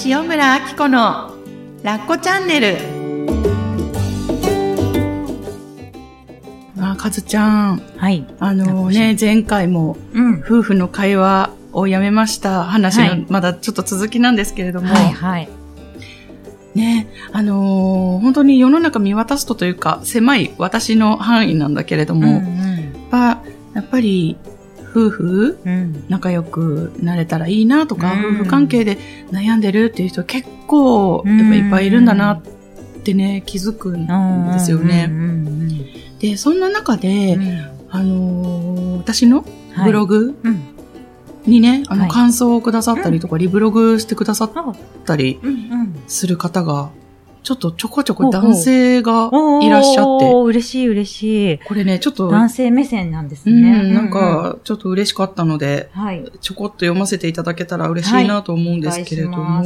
塩村あき子のラッコチャンネル。かずちゃん、 はい。 前回も夫婦の会話をやめました話の、まだちょっと続きなんですけれども、 はいはい。 ね、本当に世の中見渡すというか狭い私の範囲なんだけれども、やっぱり夫婦、仲良くなれたらいいなとか、夫婦関係で悩んでるっていう人結構やっぱいっぱいいるんだなってね、気づくんですよね。で、そんな中で、私のブログにね、感想をくださったりとか、リブログしてくださったりする方が、ちょこちょこ男性がいらっしゃって。 嬉しい嬉しい。 これね、ちょっと。 男性目線なんですね。 なんか、ちょっと嬉しかったので、ちょこっと読ませていただけたら嬉しいなと思うんですけれども、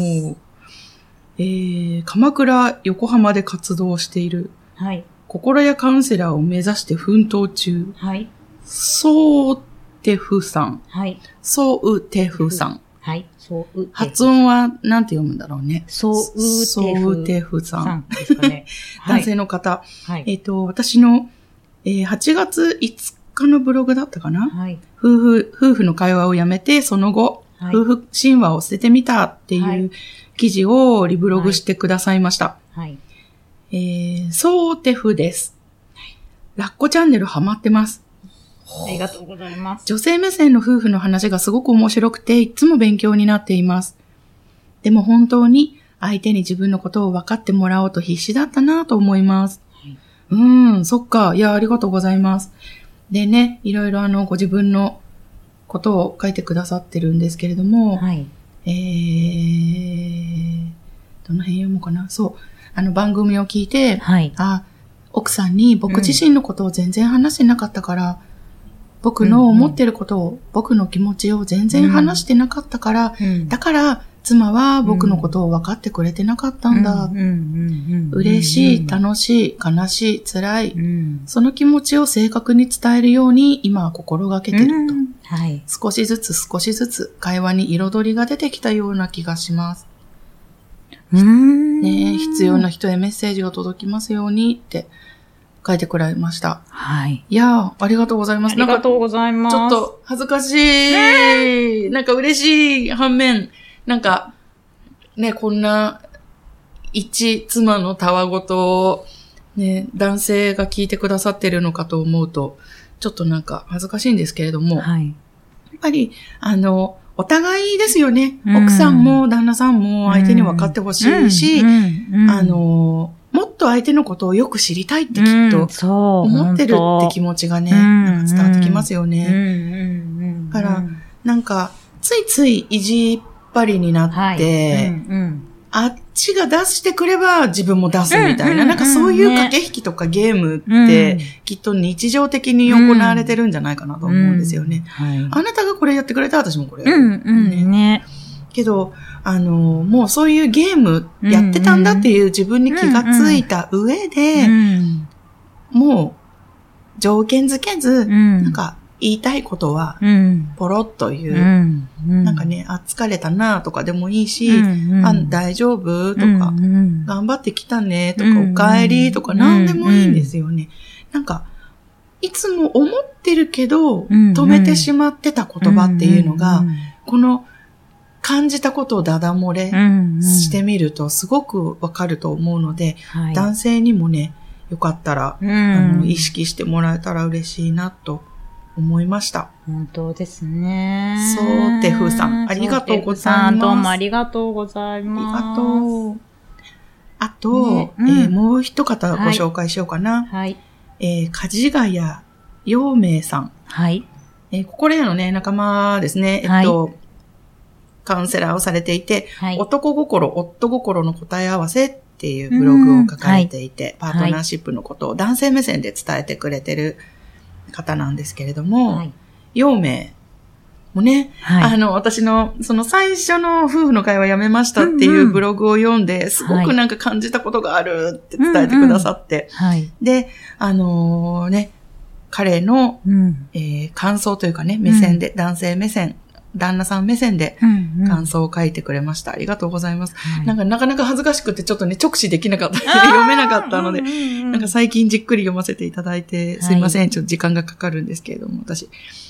鎌倉、横浜で活動している、心やカウンセラーを目指して奮闘中、そうてふさん。そうてふさん。発音はなんて読むんだろうね。そうてふさん。ですかね。男性の方。私の、8月5日のブログだったかな。夫婦の会話をやめて、その後、夫婦神話を捨ててみたっていう記事をリブログしてくださいました。そうてふです。ラッコチャンネルハマってます。 ありがとうございます。 女性目線の夫婦の話がすごく面白くて、いつも勉強になっています。でも本当に相手に自分のことを分かってもらおうと必死だったなと思います。そっか。いや、ありがとうございます。でね、いろいろご自分のことを書いてくださってるんですけれども、どの辺読もうかな。そう。番組を聞いて、奥さんに僕自身のことを全然話してなかったから、僕の思ってることを、僕の気持ちを全然話してなかったから、だから妻は僕のことを分かってくれてなかったんだ。嬉しい、楽しい、悲しい、辛い、その気持ちを正確に伝えるように今は心がけてると。少しずつ会話に彩りが出てきたような気がします。ね、必要な人へメッセージが届きますようにって書いてくれました。いやー、ありがとうございます。 ありがとうございます。 ちょっと恥ずかしい。なんか嬉しい反面、なんか、ね、こんな一妻のたわごとを、ね、男性が聞いてくださってるのかと思うと、ちょっとなんか恥ずかしいんですけれども、やっぱり、お互いですよね。奥さんも旦那さんも相手に分かってほしいし、もっと相手のことをよく知りたいってきっと思ってるって気持ちがね、なんか伝わってきますよね。だから、なんか、ついつい意地っ張りになって、あっちが出してくれば自分も出すみたいな、なんかそういう駆け引きとかゲームってきっと日常的に行われてるんじゃないかなと思うんですよね。あなたがこれやってくれたら私もこれやる。けど、もうそういうゲームやってたんだっていう自分に気がついた上で、もう条件付けず、なんか言いたいことは、ポロッと言う。なんかね、疲れたなとかでもいいし、大丈夫とか、頑張ってきたねとか、お帰りとか、何でもいいんですよね。なんか、いつも思ってるけど、止めてしまってた言葉っていうのが、この感じたことをダダ漏れしてみると、すごくわかると思うので、男性にもね、よかったら、意識してもらえたら嬉しいなと思いました。 本当ですね。 そうてふさん、ありがとうございます。 どうもありがとうございます。 ありがとう。あと、もう一方ご紹介しようかな。梶ヶ谷陽明さん。ここらのね、仲間ですね。カウンセラーをされていて、男心、夫心の答え合わせっていうブログを書かれていて、パートナーシップのことを男性目線で伝えてくれてる方なんですけれども、陽明もね、私のその最初の夫婦の会話やめましたっていうブログを読んで、すごくなんか感じたことがあるって伝えてくださって、で、ね、彼の、感想というかね、目線で、男性目線旦那さん目線でうんうん感想を書いてくれました。ありがとうございます。 はいなんかなかなか恥ずかしくてちょっとね、直視できなかった。読めなかったので、なんか最近じっくり読ませていただいて、すいません、 はいちょっと時間がかかるんですけれども、私。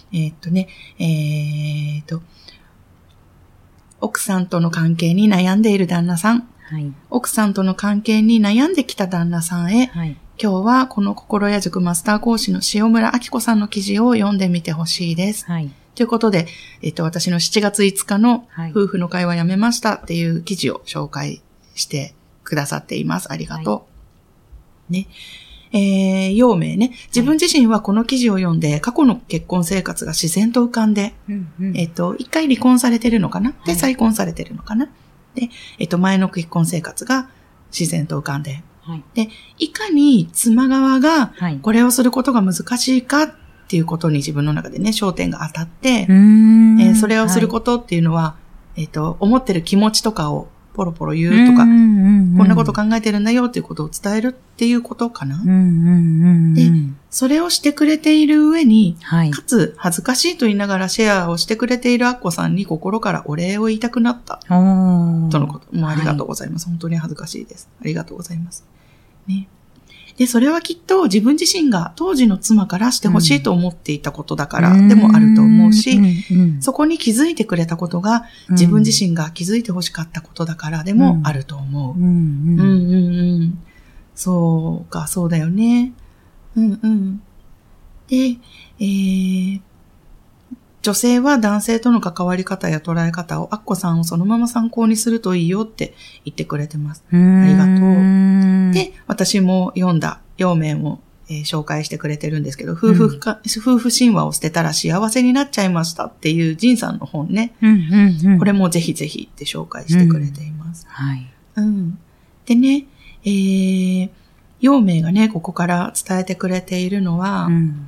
奥さんとの関係に悩んでいる旦那さん。 はい。 奥さんとの関係に悩んできた旦那さんへ、 はい。 今日はこの心屋塾マスター講師の塩村明子さんの記事を読んでみてほしいです。 はい。 ということで、私の7月5日のはい夫婦の会話やめましたっていう記事を紹介してくださっています。ありがとう。ね。陽明ね。自分自身はこの記事を読んで過去の結婚生活が自然と浮かんで、一回離婚されてるのかなで、 はい再婚されてるのかなで、前の結婚生活が自然と浮かんで、 はい。 で、いかに妻側がはい。 これをすることが難しいかっていうことに自分の中でね、焦点が当たって、それをすることっていうのは、思ってる気持ちとかをポロポロ言うとか、こんなこと考えてるんだよっていうことを伝えるっていうことかな。で、それをしてくれている上に、 はい。 かつ恥ずかしいと言いながらシェアをしてくれているアッコさんに心からお礼を言いたくなったとのこと。もうありがとうございます。本当に恥ずかしいです。ありがとうございます。ね。で、それはきっと自分自身が当時の妻からしてほしいと思っていたことだからでもあると思うし、そこに気づいてくれたことが自分自身が気づいてほしかったことだからでもあると思う。そうか、そうだよね。で、女性は男性との関わり方や捉え方をアッコさんをそのまま参考にするといいよって言ってくれてます。ありがとう。で、私も読んだ陽明を、紹介してくれてるんですけど、夫婦神話を捨てたら幸せになっちゃいましたっていうジンさんの本ね。これもぜひぜひって紹介してくれています。 はい。 でね、陽明がね、ここから伝えてくれているのは、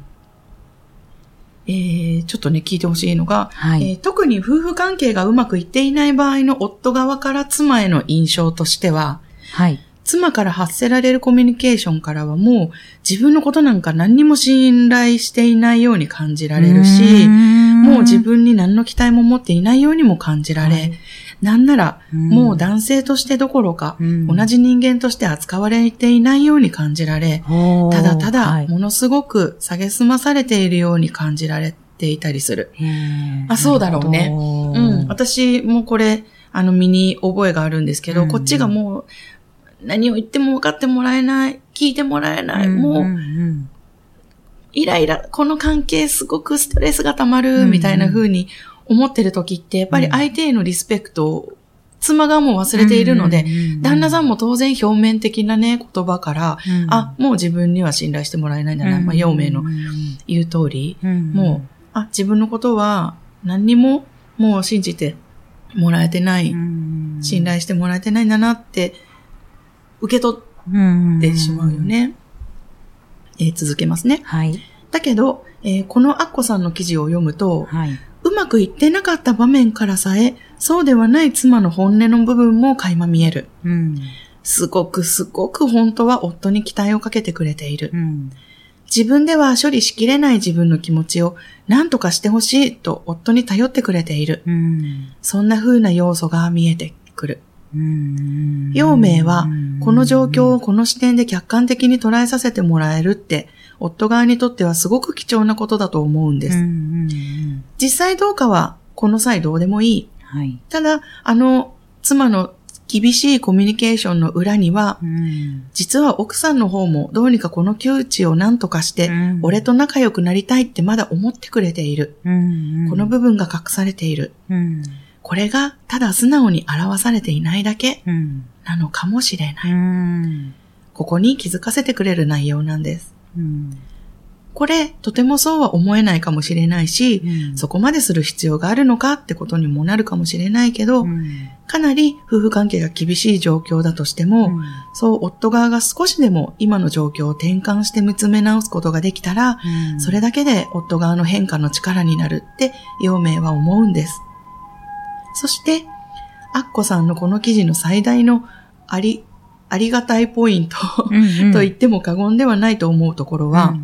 ちょっとね、聞いてほしいのが、特に夫婦関係がうまくいっていない場合の夫側から妻への印象としては、妻から発せられるコミュニケーションからはもう自分のことなんか何にも信頼していないように感じられるし、もう自分に何の期待も持っていないようにも感じられ、なんならもう男性としてどころか、同じ人間として扱われていないように感じられ、ただただものすごく蔑まされているように感じられていたりする。あ、そうだろうね。私もこれ、身に覚えがあるんですけど、こっちがもう何を言っても分かってもらえない、聞いてもらえない、もう、イライラ、この関係すごくストレスが溜まる、みたいな風に思ってる時って、やっぱり相手へのリスペクトを妻がもう忘れているので、旦那さんも当然表面的なね、言葉から、あ、もう自分には信頼してもらえないんだな、陽明の言う通り、もう、自分のことは何にももう信じてもらえてない、信頼してもらえてないんだなって、受け取ってしまうよね。続けますね。だけど、このアッコさんの記事を読むと、うまくいってなかった場面からさえ、そうではない妻の本音の部分も垣間見える。すごく本当は夫に期待をかけてくれている。自分では処理しきれない自分の気持ちを何とかしてほしいと夫に頼ってくれている。そんな風な要素が見えてくる。陽明はこの状況をこの視点で客観的に捉えさせてもらえるって夫側にとってはすごく貴重なことだと思うんです。実際どうかはこの際どうでもいい。ただ妻の厳しいコミュニケーションの裏には、実は奥さんの方もどうにかこの窮地を何とかして、俺と仲良くなりたいってまだ思ってくれている。この部分が隠されている。これがただ素直に表されていないだけなのかもしれない。ここに気づかせてくれる内容なんです。これ、とてもそうは思えないかもしれないし、そこまでする必要があるのかってことにもなるかもしれないけど、かなり夫婦関係が厳しい状況だとしても、そう夫側が少しでも今の状況を転換して見つめ直すことができたら、それだけで夫側の変化の力になるって陽明は思うんです。そして、アッコさんのこの記事の最大のありがたいポイントと言っても過言ではないと思うところは、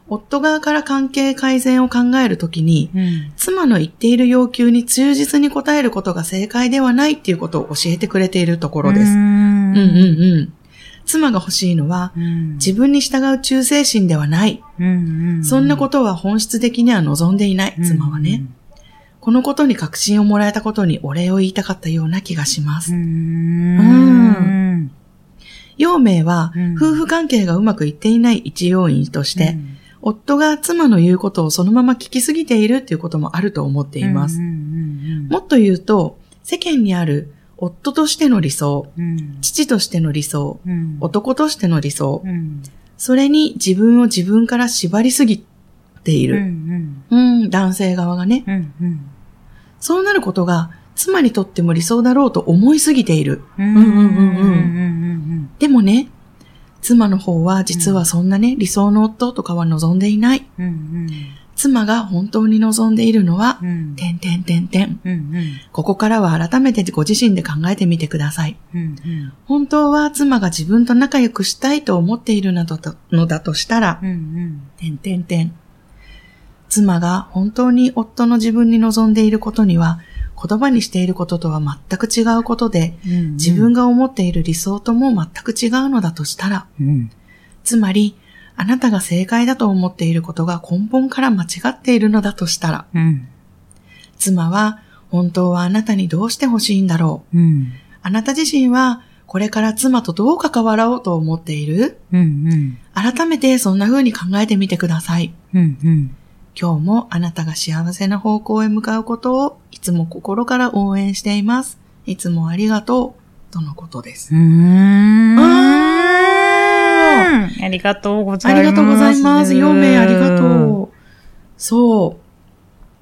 夫側から関係改善を考えるときに、妻の言っている要求に忠実に応えることが正解ではないっていうことを教えてくれているところです。妻が欲しいのは、自分に従う忠誠心ではない。そんなことは本質的には望んでいない、妻はね。このことに確信をもらえたことにお礼を言いたかったような気がします。陽明は、夫婦関係がうまくいっていない一要因として、夫が妻の言うことをそのまま聞きすぎているということもあると思っています。もっと言うと、世間にある夫としての理想、父としての理想、男としての理想、それに自分を自分から縛りすぎている。男性側がね。そうなることが妻にとっても理想だろうと思いすぎている。でもね、妻の方は実はそんなね、理想の夫とかは望んでいない。妻が本当に望んでいるのは、ここからは改めてご自身で考えてみてください。本当は妻が自分と仲良くしたいと思っているのだとしたら、妻が本当に夫の自分に望んでいることには、言葉にしていることとは全く違うことで、自分が思っている理想とも全く違うのだとしたら、つまり、あなたが正解だと思っていることが根本から間違っているのだとしたら、妻は本当はあなたにどうしてほしいんだろう。あなた自身はこれから妻とどう関わろうと思っている？改めてそんな風に考えてみてください。今日もあなたが幸せな方向へ向かうことをいつも心から応援しています。いつもありがとう。とのことです。 ありがとうございます。 ありがとうございます。陽明ありがとう。そう。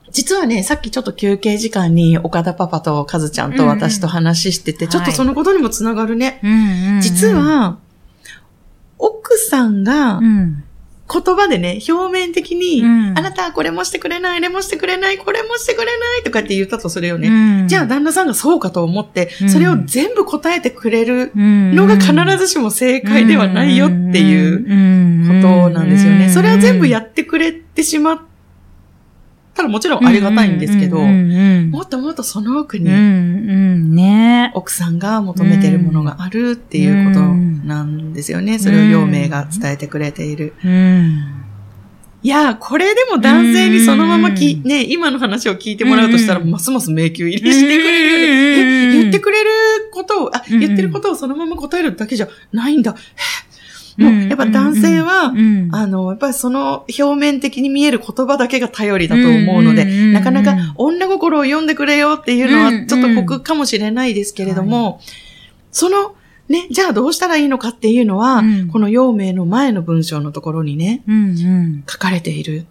実はね、さっきちょっと休憩時間に岡田パパとカズちゃんと私と話してて、ちょっとそのことにもつながるね。実は、奥さんが、言葉でね、表面的に、あなたはこれもしてくれない、あれもしてくれない、これもしてくれないとかって言ったとするよね。じゃあ旦那さんがそうかと思って、それを全部答えてくれるのが必ずしも正解ではないよっていうことなんですよね。それは全部やってくれてしまったらもちろんありがたいんですけど、もっともっとその奥に、奥さんが求めてるものがあるっていうことなんですよね。それを陽明が伝えてくれている。いや、これでも男性にそのままね、今の話を聞いてもらうとしたら、ますます迷宮入りしてくれる。言ってくれることを、言ってることをそのまま答えるだけじゃないんだ。もう、やっぱ男性は、やっぱりその表面的に見える言葉だけが頼りだと思うので、なかなか女心を読んでくれよっていうのはちょっと酷かもしれないですけれども、その、ね、じゃあどうしたらいいのかっていうのは、この陽明の前の文章のところにね、書かれている。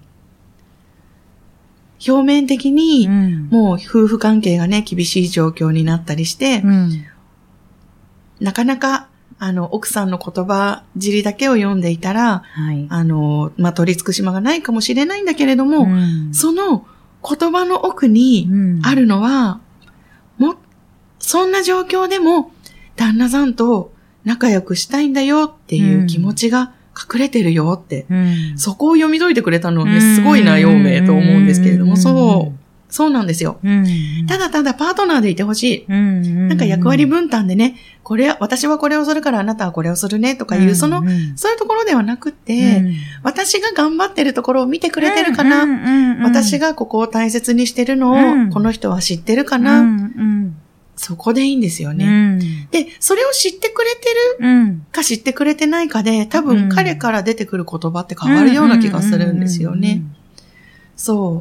表面的に、もう夫婦関係がね、厳しい状況になったりして、なかなか、奥さんの言葉尻だけを読んでいたら、取り付く島がないかもしれないんだけれども、その言葉の奥にあるのは、そんな状況でも、旦那さんと仲良くしたいんだよっていう気持ちが隠れてるよって、そこを読み解いてくれたのはね、すごいな、陽明と思うんですけれども、そうなんですよ。ただただパートナーでいてほしい。なんか役割分担でね、私はこれをするからあなたはこれをするねとかいう、そういうところではなくて、私が頑張ってるところを見てくれてるかな、私がここを大切にしてるのを、この人は知ってるかな、そこでいいんですよね。で、それを知ってくれてるか知ってくれてないかで、多分彼から出てくる言葉って変わるような気がするんですよね。そう。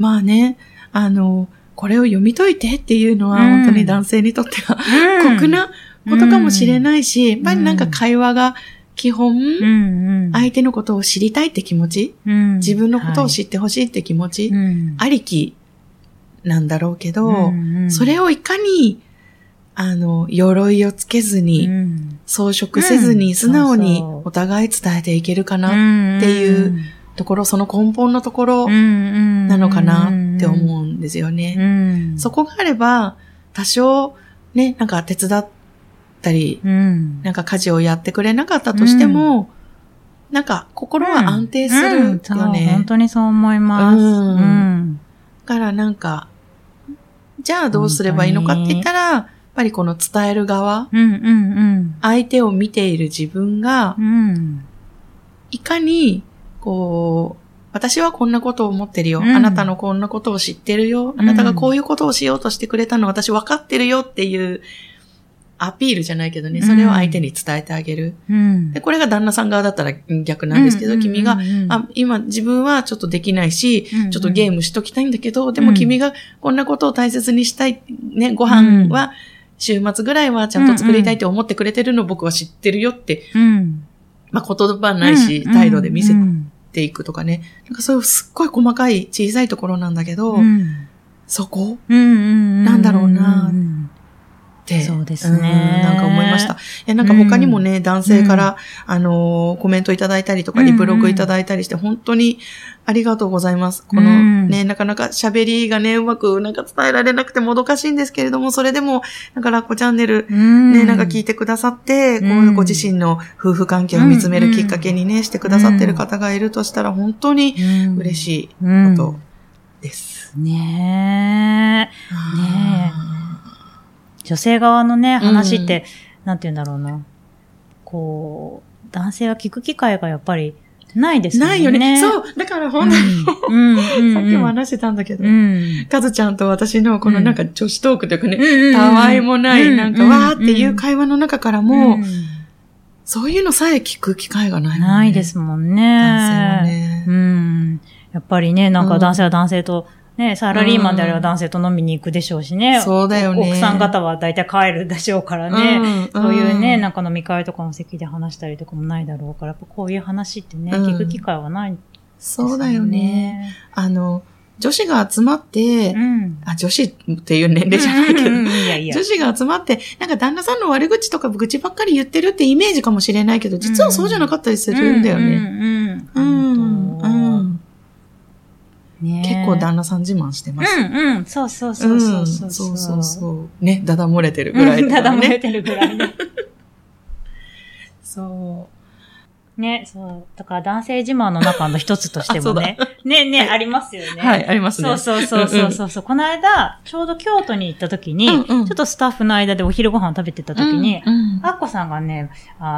まあね、これを読み解いてっていうのは本当に男性にとっては酷なことかもしれないし、やっぱりなんか会話が基本、相手のことを知りたいって気持ち、自分のことを知ってほしいって気持ち、ありきなんだろうけど、それをいかに、鎧をつけずに、装飾せずに、素直にお互い伝えていけるかなっていうところ、その根本のところなのかなって思うんですよね。そこがあれば、多少ね、なんか手伝ったり、なんか家事をやってくれなかったとしても、 なんか心は安定するよね。 そう本当にそう思います。 だからなんか、じゃあどうすればいいのかって言ったら、やっぱりこの伝える側、相手を見ている自分が、いかに、こう、私はこんなことを思ってるよ。あなたのこんなことを知ってるよ。あなたがこういうことをしようとしてくれたの私分かってるよっていうアピールじゃないけどね、それを相手に伝えてあげる。で、これが旦那さん側だったら逆なんですけど、君が、今自分はちょっとできないし、ちょっとゲームしときたいんだけど、でも君がこんなことを大切にしたい、ね、ご飯は週末ぐらいはちゃんと作りたいって思ってくれてるのを僕は知ってるよって、まあ言葉ないし、態度で見せていくとかね。なんかそういうすっごい細かい小さいところなんだけど、そこなんだろうなってそうですね。 なんか思いました。なんか他にもね、男性から、コメントいただいたりとか、リプログいただいたりして、本当にありがとうございます。このね、なかなか喋りがね、うまくなんか伝えられなくてもどかしいんですけれども、それでも、なんかラッコチャンネル、ね、なんか聞いてくださって、こういうご自身の夫婦関係を見つめるきっかけにね、してくださってる方がいるとしたら、本当に嬉しいことです。 ねえ。女性側のね、話って、なんて言うんだろうな。こう、男性は聞く機会がやっぱりないですよね。 ないよね。そう。だから本当に、さっきも話してたんだけど、かずちゃんと私のこのなんか女子トークというかね、たわいもない、なんかわーっていう会話の中からも、そういうのさえ聞く機会がないもんね。 ないですもんね。 男性はね。 やっぱりね、なんか男性は男性と、ね、サラリーマンであれば男性と飲みに行くでしょうしね。 そうだよね。 奥さん方は大体帰るでしょうからね。そういうね、なんか飲み会とかの席で話したりとかもないだろうから、やっぱこういう話ってね、聞く機会はないですよね。 そうだよね。女子が集まって、女子っていう年齢じゃないけど、女子が集まって、なんか旦那さんの悪口とか愚痴ばっかり言ってるってイメージかもしれないけど、実はそうじゃなかったりするんだよね。結構旦那さん自慢してます。 そうそう。 ね、だだ漏れてるぐらいだだ漏れてるぐらいね。 そう。 ね、そう。だから男性自慢の中の一つとしてもね。ありますよね。 はい、ありますね。 そう。この間、ちょうど京都に行った時に、ちょっとスタッフの間でお昼ご飯食べてた時に、アッコさんがね、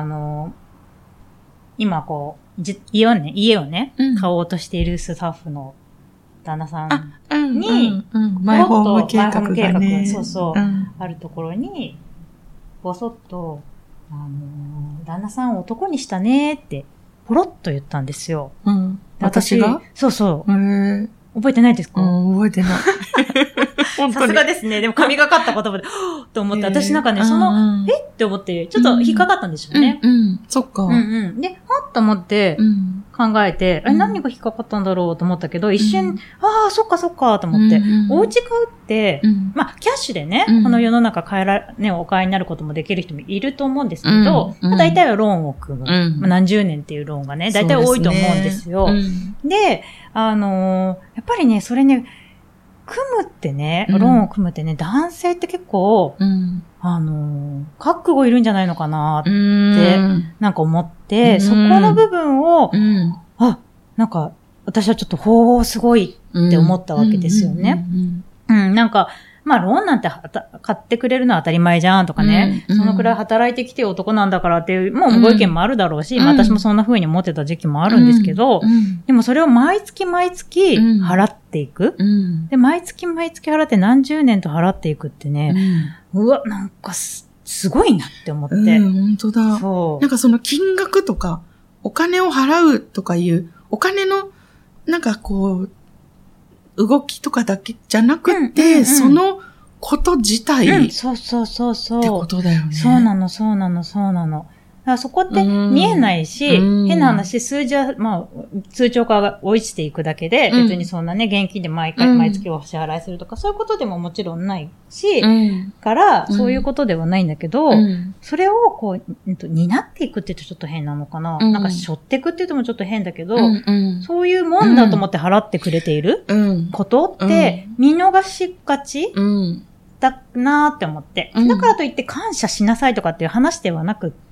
今こう、家をね、買おうとしているスタッフの旦那さんに、 マイホーム計画がね、 あるところに、ぼそっと、旦那さんを男にしたねって、ポロッと言ったんですよ。 私が？ そう。覚えてないですか？ 覚えてない。 さすがですね。でも神がかった言葉で、と思って、私なんかね、って思って、ちょっと引っかかったんでしょうね。 そっか。 で、はっと思って、考えて、何が引っかかったんだろうと思ったけど、一瞬、そっかと思って、お家買うって、まあ、キャッシュでね、この世の中お買いになることもできる人もいると思うんですけど、大体はローンを組む。何十年っていうローンがね、大体多いと思うんですよ。で、やっぱりね、それね、組むってね、ローンを組むってね、男性って結構、覚悟いるんじゃないのかなって、なんか思って、そこの部分を、なんか、私はちょっと、すごいって思ったわけですよね。なんか、まあ、ローンなんて買ってくれるのは当たり前じゃんとかね、そのくらい働いてきて男なんだからっていう、もうご意見もあるだろうし、私もそんな風に思ってた時期もあるんですけど、でもそれを毎月払っていく。で、毎月払って何十年と払っていくってね、なんかすごいなって思って。 本当だ。なんかその金額とか、お金を払うとかいう、お金の、なんかこう、動きとかだけじゃなくて、そのこと自体、そうってことだよね。 そうなの。だからそこって見えないし、変な話、数字は、まあ、通帳化が落ちていくだけで、別にそんなね、現金で毎月お支払いするとか、そういうことでももちろんないし、から、そういうことではないんだけど、それをこう、担っていくって言うとちょっと変なのかな。なんか、背負っていくって言うともちょっと変だけど、そういうもんだと思って払ってくれていることって、見逃しがちだなーって思って。だからといって感謝しなさいとかっていう話ではなくって、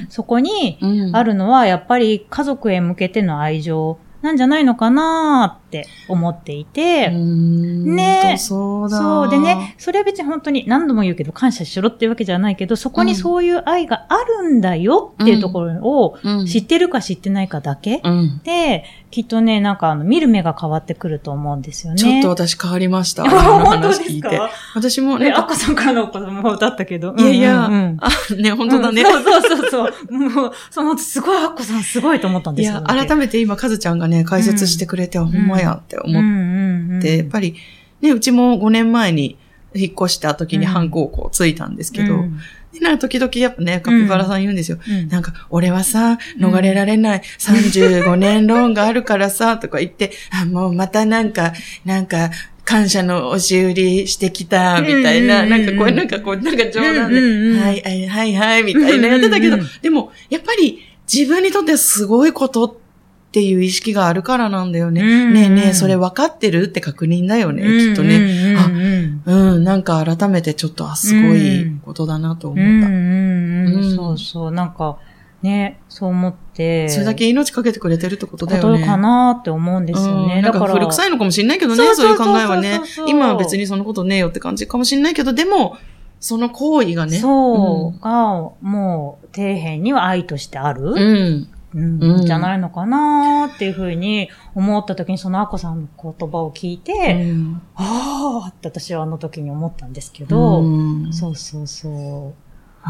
そこにあるのはやっぱり家族へ向けての愛情なんじゃないのかなーって思っていて、ね、そうでね、それは別に本当に何度も言うけど感謝しろっていうわけじゃないけど、そこにそういう愛があるんだよっていうところを知ってるか知ってないかだけ、で、きっとね、なんか見る目が変わってくると思うんですよね。 ちょっと私変わりました。 本当ですか？聞いて。 私もね、アッコさんからのお子様もだったけど。 いやいや、ね、本当だね。 そう。もう、すごいアッコさんすごいと思ったんですよ。 いや、改めて今、カズちゃんがね、解説してくれて、ほんまやって思って、やっぱり、ね、うちも5年前に引っ越した時に反抗校ついたんですけど、なんか時々やっぱね、カピバラさん言うんですよ。なんか、俺はさ、逃れられない35年ローンがあるからさ、とか言って、もうまたなんか、感謝の押し売りしてきた、みたいな、なんか冗談で、はい、みたいなやってたけど、でも、やっぱり自分にとってはすごいことっていう意識があるからなんだよね。ねえ、それ分かってるって確認だよね、きっとね。なんか改めてちょっと、すごいことだなと思った。 そう、なんか、ね、そう思って。 それだけ命かけてくれてるってことだよね。 ことかなって思うんですよね。 だから古臭いのかもしれないけどね、そういう考えはね。今は別にそのことねえよって感じかもしれないけど、でも、その行為がね。 が、もう、底辺には愛としてある。じゃないのかなっていうふうに思った時に、そのアコさんの言葉を聞いて、ああって私はあの時に思ったんですけど、そう。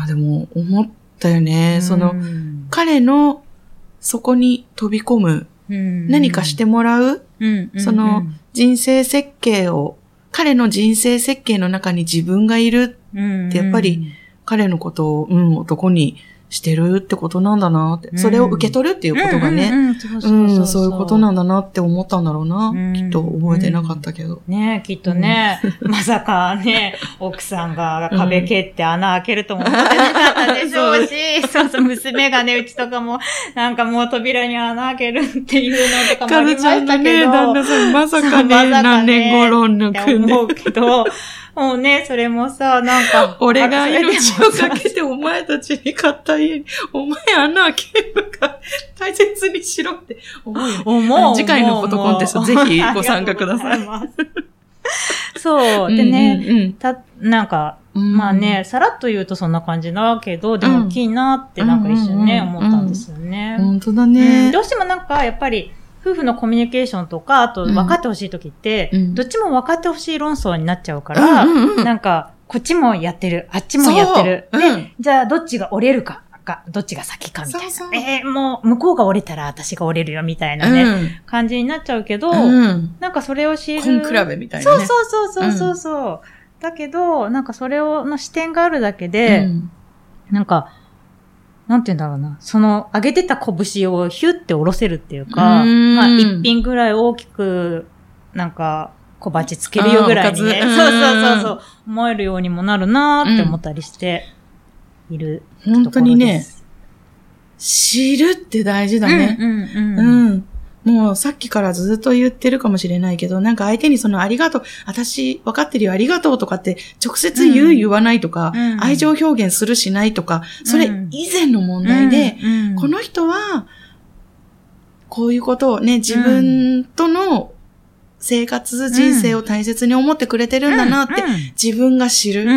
でも、思ったよね。彼のそこに飛び込む、何かしてもらう、その人生設計を、彼の人生設計の中に自分がいるって、やっぱり彼のことを、男にしてるってことなんだなって。それを受け取るっていうことがね、そういうことなんだなって思ったんだろうな。きっと覚えてなかったけど。 ね、きっとね、まさかね、奥さんが壁蹴って穴開けるとも思ってなかったでしょうし、娘がね、うちとかも、なんかもう扉に穴開けるっていうのとかもありましたけど。 旦那さんまさかね、何年頃抜くんで。思うけど、もうね、それもさ、なんか。 俺が命をかけてお前たちに買った家に、お前穴開けるか大切にしろって思うよ。次回のフォトコンテストぜひご参加ください。 そう。でね、なんか、まあね、さらっと言うとそんな感じだけど、でも大きいなってなんか一瞬ね、思ったんですよね。 本当だね。 どうしてもなんか、やっぱり、夫婦のコミュニケーションとか、あと分かってほしいときって、どっちも分かってほしい論争になっちゃうから、なんか、こっちもやってる、あっちもやってる。で、じゃあどっちが折れるか、どっちが先かみたいな。もう向こうが折れたら私が折れるよみたいなね、感じになっちゃうけど、なんかそれを知る。 コン比べみたいなね。 そう。だけど、なんかそれの視点があるだけで、なんか、なんて言うんだろうな。上げてた拳をヒュッて下ろせるっていうか、まあ、一品ぐらい大きく、なんか、小鉢つけるよぐらいにね。そう、思えるようにもなるなーって思ったりしている、 本当にね、知るって大事だね。もうさっきからずっと言ってるかもしれないけど、なんか相手にありがとう、私分かってるよありがとうとかって直接言わないとか、愛情表現するしないとか、それ以前の問題で、この人は、こういうことをね、自分との生活、人生を大切に思ってくれてるんだなって、自分が知る。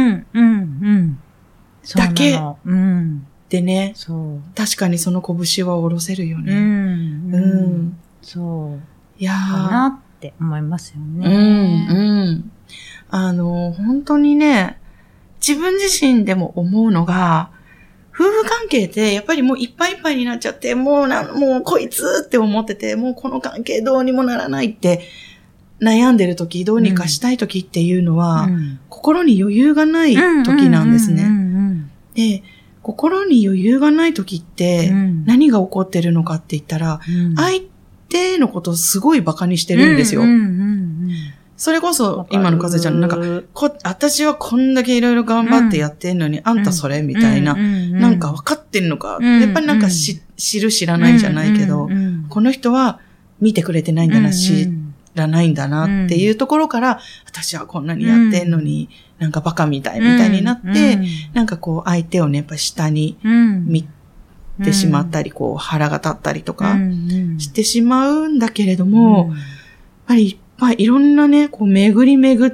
だけ。でね、確かにその拳は下ろせるよね。 そう。 いやー。 かなって思いますよね。 本当にね、自分自身でも思うのが、夫婦関係ってやっぱりもういっぱいいっぱいになっちゃって、もうこいつって思ってて、もうこの関係どうにもならないって悩んでる時、どうにかしたい時っていうのは、心に余裕がない時なんですね。で、心に余裕がない時って何が起こってるのかって言ったら、相手のことをすごい馬鹿にしてるんですよ。それこそ、今のかずちゃん、なんか、私はこんだけいろいろ頑張ってやってんのに、あんたそれみたいな、なんか分かってんのか、やっぱりなんか知る知らないじゃないけど、この人は見てくれてないんだな、知っらないんだなっていうところから、私はこんなにやってんのに、なんかバカみたいになって、なんかこう相手をね、やっぱ下に見てしまったり、こう腹が立ったりとかしてしまうんだけれども、やっぱりいっぱいいろんなね、こう巡り巡って、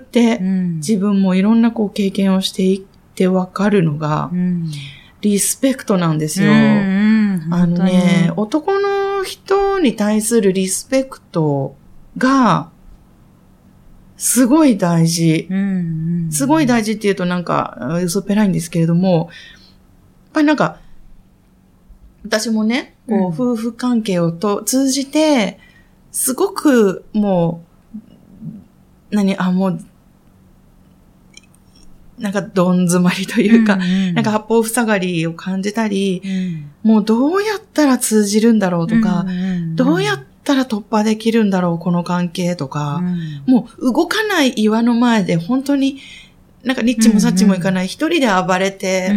自分もいろんなこう経験をしていってわかるのが、リスペクトなんですよ。男の人に対するリスペクトが、すごい大事。すごい大事って言うとなんか薄っぺらいんですけれども、やっぱりなんか、私もね、こう、夫婦関係を通じて、すごくもう、もう、なんかどん詰まりというか、なんか八方塞がりを感じたり、もうどうやったら通じるんだろうとか、どうやったら突破できるんだろうこの関係とか、もう動かない岩の前で本当になんかニッチもサッチもいかない一人で暴れて、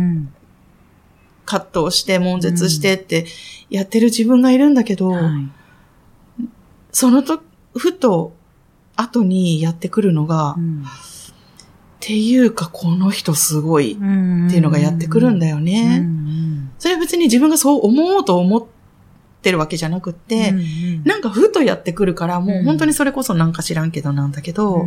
葛藤して悶絶してってやってる自分がいるんだけど、そのとふと後にやってくるのが、っていうかこの人すごいっていうのがやってくるんだよね。それは別に自分がそう思おうと思ってるわけじゃなくって、なんかふとやってくるから、もう本当にそれこそなんか知らんけどなんだけど、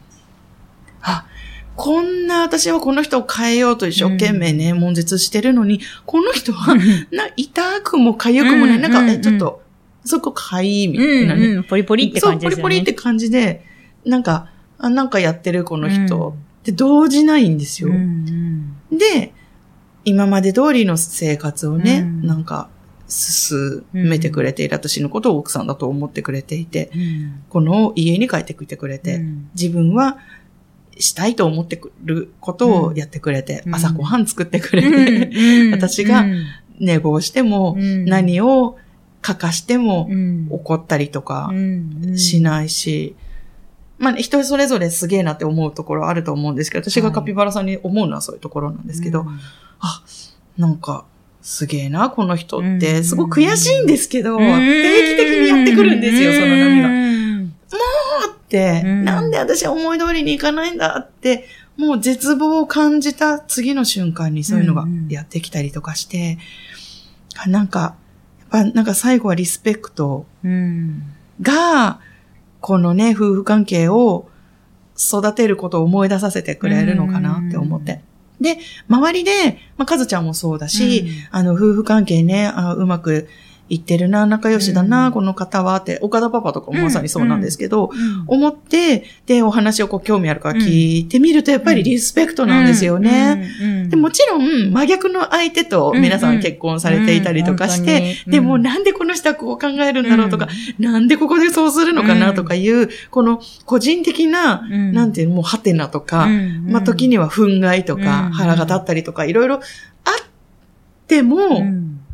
こんな私はこの人を変えようと一生懸命ね、悶絶してるのに、この人は痛くも痒くもね、なんかちょっとそこかいいみたいなね。 ポリポリって感じですよね。 そう、ポリポリって感じで、なんかやってるこの人って動じないんですよ。で、今まで通りの生活をね、なんか進めてくれている、私のことを奥さんだと思ってくれていて、この家に帰ってきてくれて、自分はしたいと思ってくることをやってくれて、朝ごはん作ってくれて、私が寝坊しても、何を書かしても怒ったりとかしないし、まあ、人それぞれすげえなって思うところあると思うんですけど、私がカピバラさんに思うのはそういうところなんですけど、なんか、すげえな、この人って、すごく悔しいんですけど、定期的にやってくるんですよ、その波が。もうって、なんで私は思い通りにいかないんだって、もう絶望を感じた次の瞬間にそういうのがやってきたりとかして、なんか、やっぱなんか最後はリスペクトが、このね、夫婦関係を育てることを思い出させてくれるのかなって思って。で、周りで、かずちゃんもそうだし、夫婦関係ね、うまくいってるな、仲良しだな、この方はって、岡田パパとかもまさにそうなんですけど、思って、で、お話をこう興味あるから聞いてみると、やっぱりリスペクトなんですよね。でもちろん、真逆の相手と皆さん結婚されていたりとかして、でもなんでこの人はこう考えるんだろうとか、なんでここでそうするのかなとかいう、この個人的な、なんていうの、もうハテナとか、時には憤慨とか、腹が立ったりとか、いろいろあっても、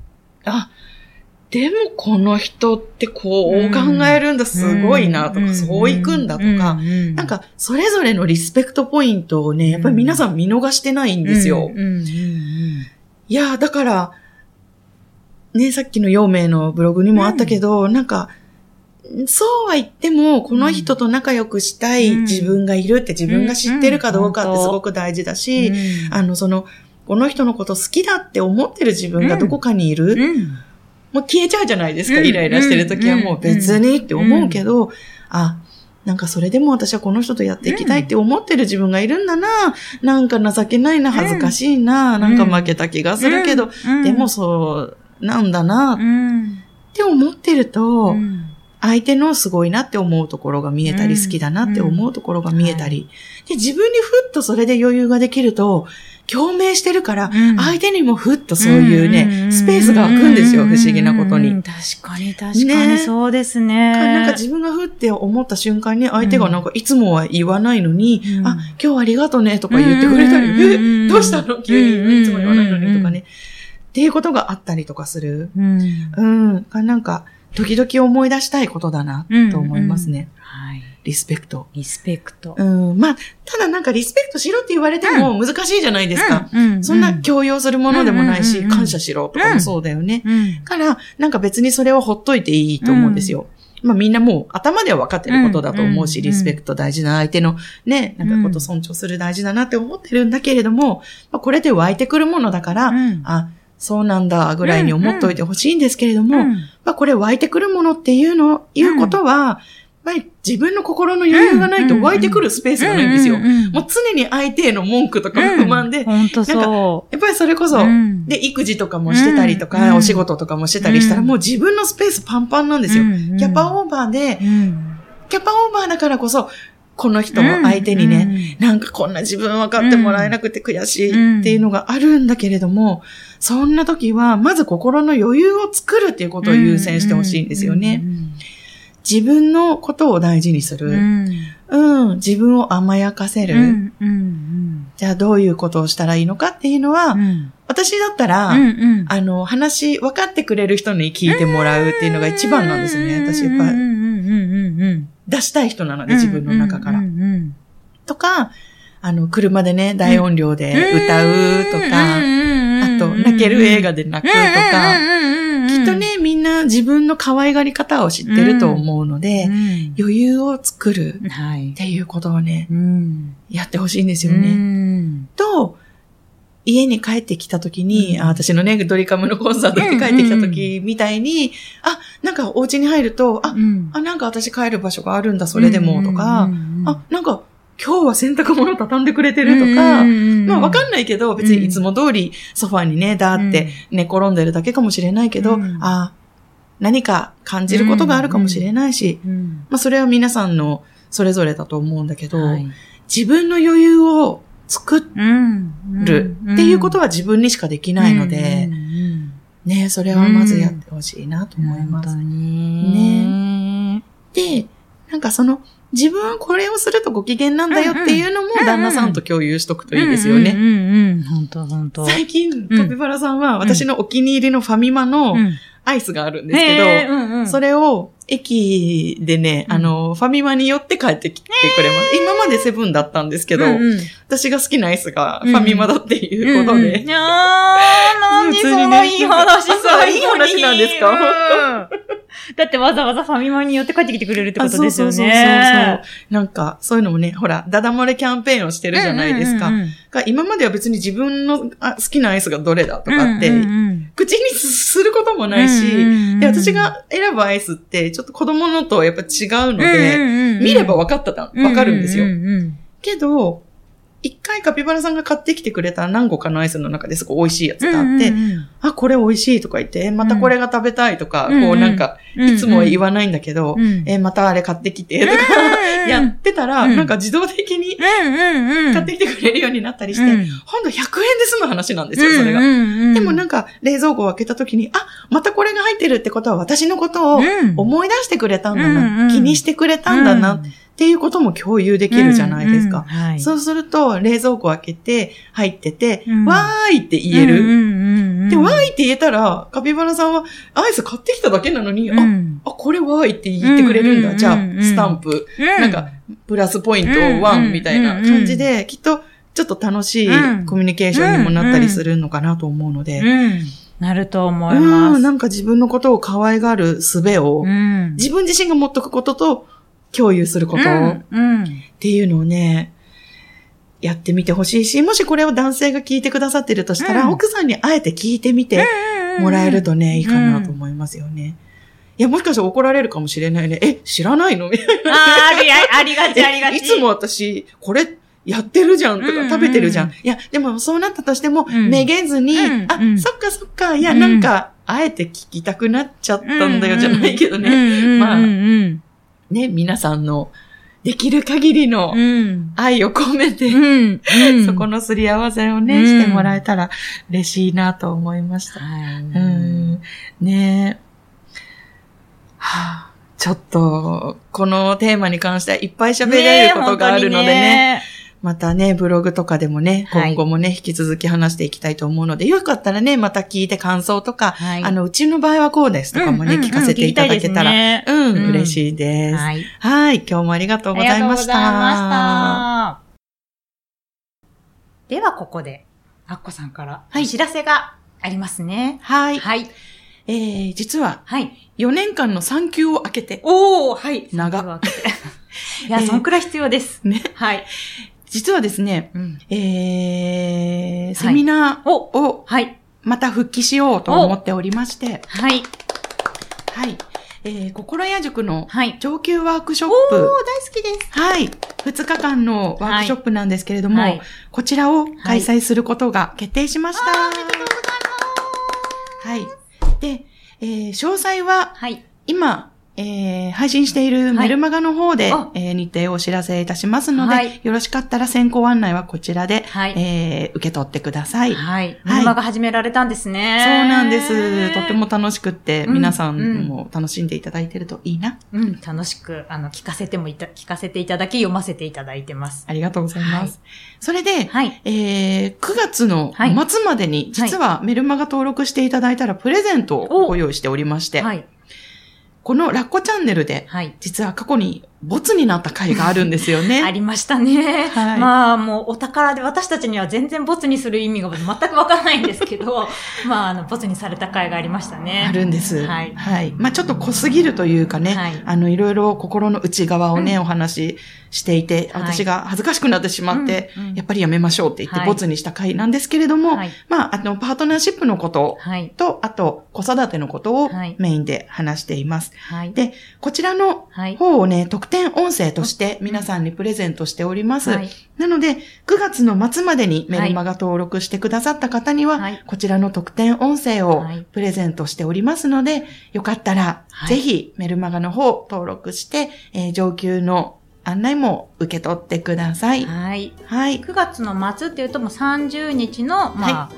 でもこの人ってこう考えるんだ、すごいなとか、そういくんだとか、なんかそれぞれのリスペクトポイントをね、やっぱり皆さん見逃してないんですよ。いや、だから、ね、さっきの陽明のブログにもあったけど、なんか、そうは言っても、この人と仲良くしたい自分がいるって自分が知ってるかどうかってすごく大事だし、この人のこと好きだって思ってる自分がどこかにいる。もう消えちゃうじゃないですか、イライラしてるときはもう別にって思うけど、なんかそれでも私はこの人とやっていきたいって思ってる自分がいるんだな、なんか情けないな、恥ずかしいな、なんか負けた気がするけど、でもそうなんだな、って思ってると、相手のすごいなって思うところが見えたり、好きだなって思うところが見えたり、で自分にふっとそれで余裕ができると、共鳴してるから、相手にもふっとそういうね、スペースが空くんですよ、不思議なことに。 確かにそうですね。 なんか自分がふって思った瞬間に、相手がなんかいつもは言わないのに、今日ありがとねとか言ってくれたり、どうしたの急にいつも言わないのにとかね。っていうことがあったりとかする。なんか、時々思い出したいことだな、と思いますね。リスペクト。ただなんかリスペクトしろって言われても難しいじゃないですか。そんな強要するものでもないし、感謝しろとかもそうだよね。から、なんか別にそれはほっといていいと思うんですよ。 まあみんなもう頭では分かってることだと思うし、リスペクト大事な相手のね、なんかこと尊重する大事だなって思ってるんだけれども、まあこれで湧いてくるものだから、あ、そうなんだぐらいに思っておいてほしいんですけれども、まあこれ湧いてくるものっていうことは、やっぱり自分の心の余裕がないと湧いてくるスペースがないんですよ。もう常に相手への文句とか不満で、 本当そう。 なんか、やっぱりそれこそ、で、育児とかもしてたりとか、お仕事とかもしてたりしたら、もう自分のスペースパンパンなんですよ。キャパオーバーで、キャパオーバーだからこそ、この人も相手にね、なんかこんな自分分かってもらえなくて悔しいっていうのがあるんだけれども、そんな時は、まず心の余裕を作るっていうことを優先してほしいんですよね。自分のことを大事にする。自分を甘やかせる。じゃあどういうことをしたらいいのかっていうのは、私だったら、話分かってくれる人に聞いてもらうっていうのが一番なんですね。私やっぱ出したい人なので自分の中から。とか、車でね、大音量で歌うとか、あと泣ける映画で泣くとか、きっとね、みんな自分の可愛がり方を知ってると思うので、余裕を作るっていうことをね、やってほしいんですよね。と、家に帰ってきた時に、私のね、ドリカムのコンサートで帰ってきた時みたいに、なんかお家に入ると、なんか私帰る場所があるんだ、それでも、とか、なんか、今日は洗濯物畳んでくれてるとか、まあわかんないけど、別にいつも通りソファにね、だーって寝転んでるだけかもしれないけど、何か感じることがあるかもしれないし、まあそれは皆さんのそれぞれだと思うんだけど、自分の余裕を作るっていうことは自分にしかできないので、ね、それはまずやってほしいなと思います。ね。で、なんか自分はこれをするとご機嫌なんだよっていうのも旦那さんと共有しとくといいですよね。 本当。 最近、カピバラさんは私のお気に入りのファミマのアイスがあるんですけど、それを駅でね、ファミマに寄って帰ってきてくれます。今までセブンだったんですけど、私が好きなアイスがファミマだっていうことで。 何そのいい話、 いい話なんですか？ だってわざわざファミマに寄って帰ってきてくれるってことですよね。 そう。なんか、そういうのもね、ほら、ダダ漏れキャンペーンをしてるじゃないですか。今までは別に自分の好きなアイスがどれだとかって、口にすることもないし、で私が選ぶアイスって、ちょっと子供のとやっぱ違うので、見ればわかるんですよ。けど、一回カピバラさんが買ってきてくれた何個かのアイスの中ですごい美味しいやつがあって、これ美味しいとか言って、またこれが食べたいとか、こうなんか、いつもは言わないんだけど、またあれ買ってきてとかやってたら、なんか自動的に買ってきてくれるようになったりして、ほんと100円で済む話なんですよ、それが。でもなんか冷蔵庫を開けた時に、またこれが入ってるってことは私のことを思い出してくれたんだな、気にしてくれたんだな、っていうことも共有できるじゃないですか。そうすると、冷蔵庫開けて、入ってて、わーいって言える。で、わーいって言えたら、カピバラさんは、アイス買ってきただけなのに、これわーいって言ってくれるんだ。じゃあ、スタンプ、なんか、プラスポイント1みたいな感じで、きっと、ちょっと楽しいコミュニケーションにもなったりするのかなと思うので。 なると思います。 なんか自分のことを可愛がる術を、自分自身が持っとくことと、共有することっていうのをね、やってみてほしいし、もしこれを男性が聞いてくださってるとしたら、奥さんにあえて聞いてみてもらえるとね、いいかなと思いますよね。いや、もしかしたら怒られるかもしれないね。知らないのみたいな。 ありがち。 いつも私、これやってるじゃんとか食べてるじゃん。いや、でもそうなったとしても、めげずに、そっか、いや、なんか、あえて聞きたくなっちゃったんだよじゃないけどね。まあ、ね、皆さんのできる限りの愛を込めて、そこのすり合わせをね、してもらえたら嬉しいなと思いました。ねちょっと、このテーマに関してはいっぱい喋れることがあるのでね。またね、ブログとかでもね、今後もね、引き続き話していきたいと思うので、よかったらね、また聞いて感想とか、うちの場合はこうですとかもね、聞かせていただけたら、嬉しいです。はい、今日もありがとうございました。 では、ここで、アッコさんからお知らせがありますね。 はい。 実は、 はい。 4年間の産休を明けて、 おー、はい。 長産休を開けていや、そんくらい必要です。 ね。 はい。 実はですね、 うん、 セミナーを、 はい。 また復帰しようと思っておりまして、 はい。 はい。心屋塾のはい上級ワークショップ。 大好きです。 はい。2日間のワークショップなんですけれども、 はい、 こちらを開催することが決定しました。 おめでとうございます。 はい。で、詳細は、 はい。 今、配信しているメルマガの方で、日程をお知らせいたしますので、 はい、 よろしかったら先行案内はこちらで、 はい、 受け取ってください。 はい。メルマガ始められたんですね。 そうなんです。とっても楽しくって、皆さんも楽しんでいただいてるといいな。 うん、楽しく、聞かせていただき、読ませていただいてます。 ありがとうございます。はい、それで、 はい、 9月の末までに、実はメルマガ登録していただいたらプレゼントをご用意しておりまして、 はい、 このラッコチャンネルで、 はい、 実は過去にボツになった回があるんですよね。 ありましたね。はい、まあもうお宝で私たちには全然ボツにする意味が全くわからないんですけど、まあボツにされた回がありましたね。 あるんです。 はい。 はい。まあちょっと濃すぎるというかね、はい、いろいろ心の内側をね、お話ししていて、私が恥ずかしくなってしまって、やっぱりやめましょうって言ってボツにした回なんですけれども、まあパートナーシップのことと、あと子育てのことをメインで話しています。はい、で、こちらの方をね、特典音声として皆さんにプレゼントしております。はい、なので、9月の末までにメルマガ登録してくださった方には、はい、こちらの特典音声をプレゼントしておりますので、よかったら、ぜひメルマガの方登録して、上級の案内も受け取ってください。 はい。はい。9月の末っていうともう30日の、まあ、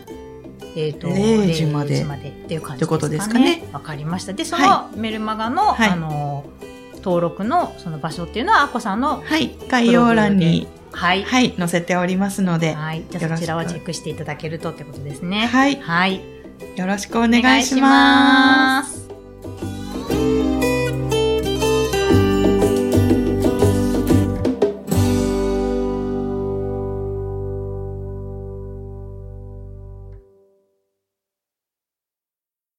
0時までっていう感じですかね。 ってことですかね。 わかりました。で、そのメルマガの、登録のその場所っていうのは、あこさんの概要欄に、載せておりますので、 じゃあそちらはチェックしていただけるとってことですね。 はい。よろしくお願いします。